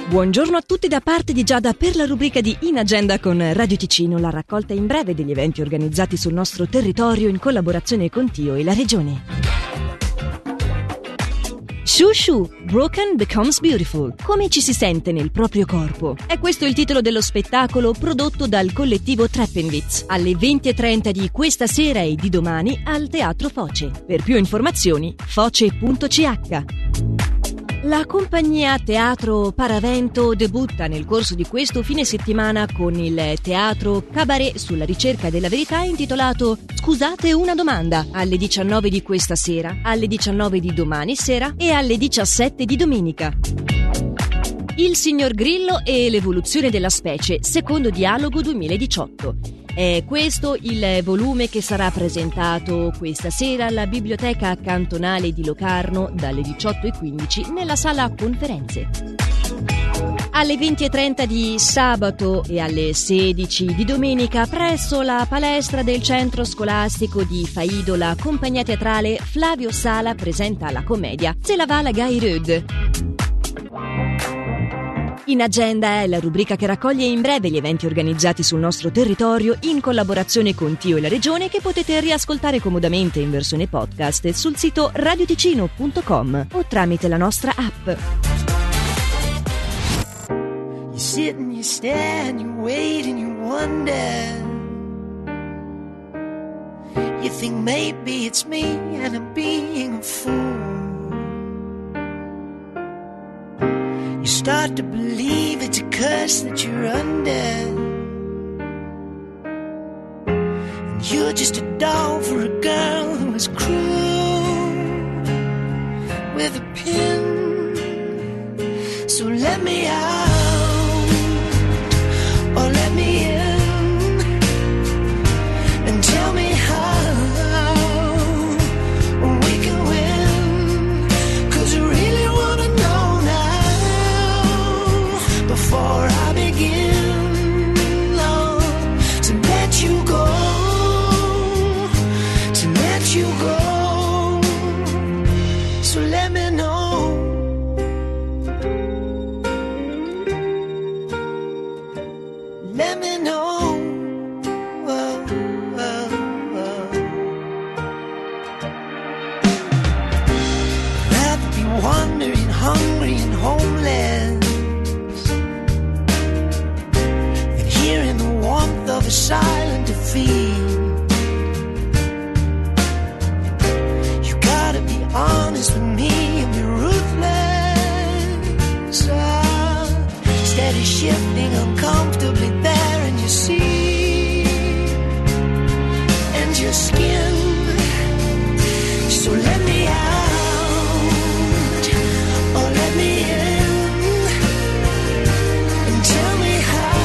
Buongiorno a tutti da parte di Giada per la rubrica di In Agenda con Radio Ticino, la raccolta in breve degli eventi organizzati sul nostro territorio in collaborazione con Tio e la Regione. Shoo Shoo, Broken Becomes Beautiful. Come ci si sente nel proprio corpo? È questo il titolo dello spettacolo prodotto dal collettivo Treppenwitz alle 20:30 di questa sera e di domani al Teatro Foce. Per più informazioni foce.ch. La compagnia Teatro Paravento debutta nel corso di questo fine settimana con il teatro Cabaret sulla ricerca della verità intitolato Scusate una domanda, alle 19 di questa sera, alle 19 di domani sera e alle 17 di domenica. Il signor Grillo e l'evoluzione della specie, secondo dialogo 2018. È questo il volume che sarà presentato questa sera alla Biblioteca Cantonale di Locarno dalle 18:15 nella sala conferenze. Alle 20:30 di sabato e alle 16 di domenica presso la palestra del centro scolastico di Faido la compagnia teatrale Flavio Sala presenta la commedia Se la va la Gairud. In Agenda è la rubrica che raccoglie in breve gli eventi organizzati sul nostro territorio in collaborazione con Tio e la Regione, che potete riascoltare comodamente in versione podcast sul sito radioticino.com o tramite la nostra app. You sit and you stare and you wait and you wonder. You think maybe it's me and I'm being a fool. You start to believe it's a curse that you're under, and you're just a doll for a girl who is cruel with a pin. So let me out, or let me in, and tell me how we can win, 'cause I really wanna know now, before I begin, Lord, to let you go, to let you go. So let me know. Let me know. Whoa, whoa, whoa. Rather be wandering, hungry and homeless, than here in the warmth of a silent defeat. You gotta be honest with me and be ruthless. Steady shifting uncomfortably there in your seat and your skin. So let me out, or let me in, and tell me how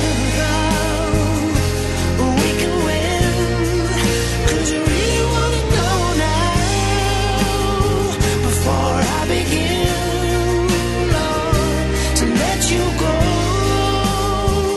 we can win, 'cause I really wanna know now, before I begin, Lord, to let you go.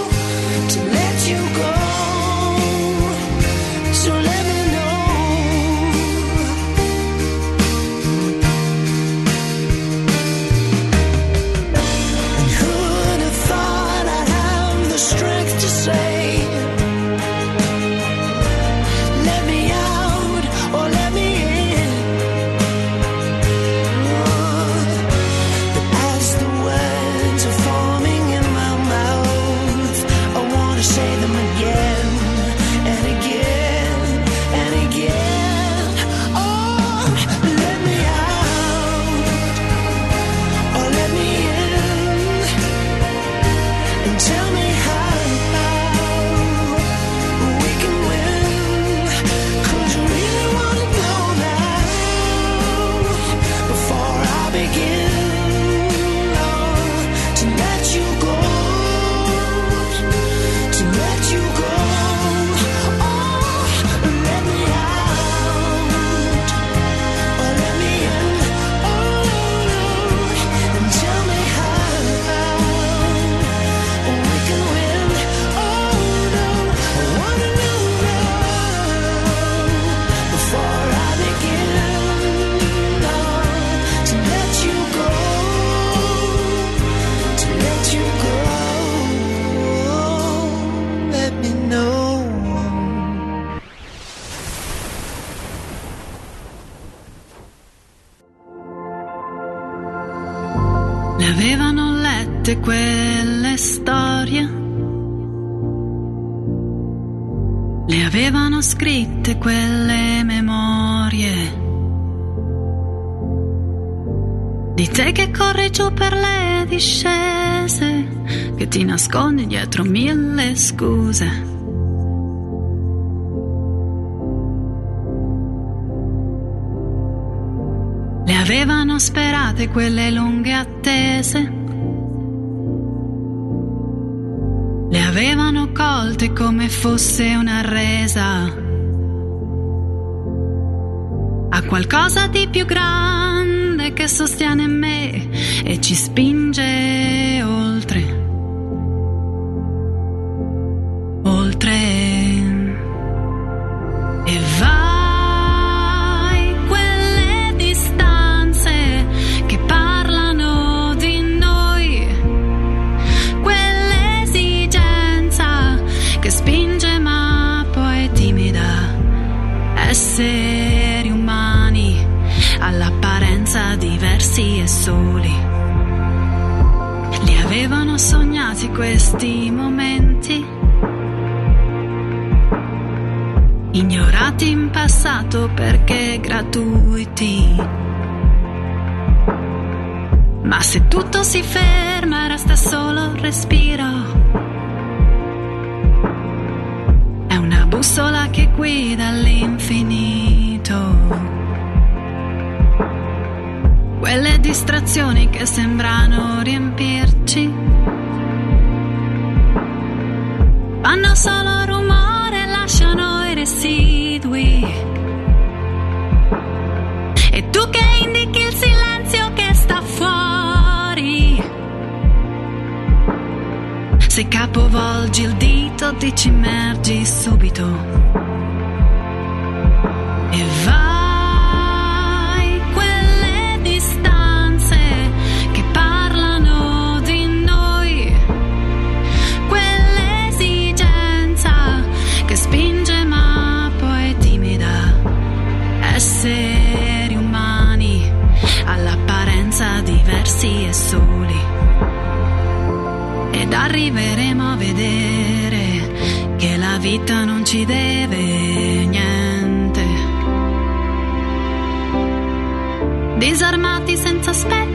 Le avevano lette quelle storie, le avevano scritte quelle memorie, di te che corri giù per le discese, che ti nascondi dietro mille scuse. Le avevano sperate quelle lunghe attese, le avevano colte come fosse una resa a qualcosa di più grande che sostiene me e ci spinge oltre. E vai quelle distanze che parlano di noi, quell'esigenza che spinge ma poi è timida, esseri umani all'apparenza diversi e soli. Li avevano sognati questi momenti, ignorati in passato perché gratuiti. Ma se tutto si ferma resta solo il respiro, è una bussola che guida all'infinito. Quelle distrazioni che sembrano riempirci fanno solo rumore, lasciano i residui. E tu che indichi il silenzio che sta fuori, se capovolgi il dito ti ci immergi subito. E vai quelle distanze che parlano di noi, quell'esigenza che spinge ma poi è timida, esseri umani all'apparenza diversi e soli. Ed arriveremo a vedere che la vita non ci deve niente, disarmati senza aspetti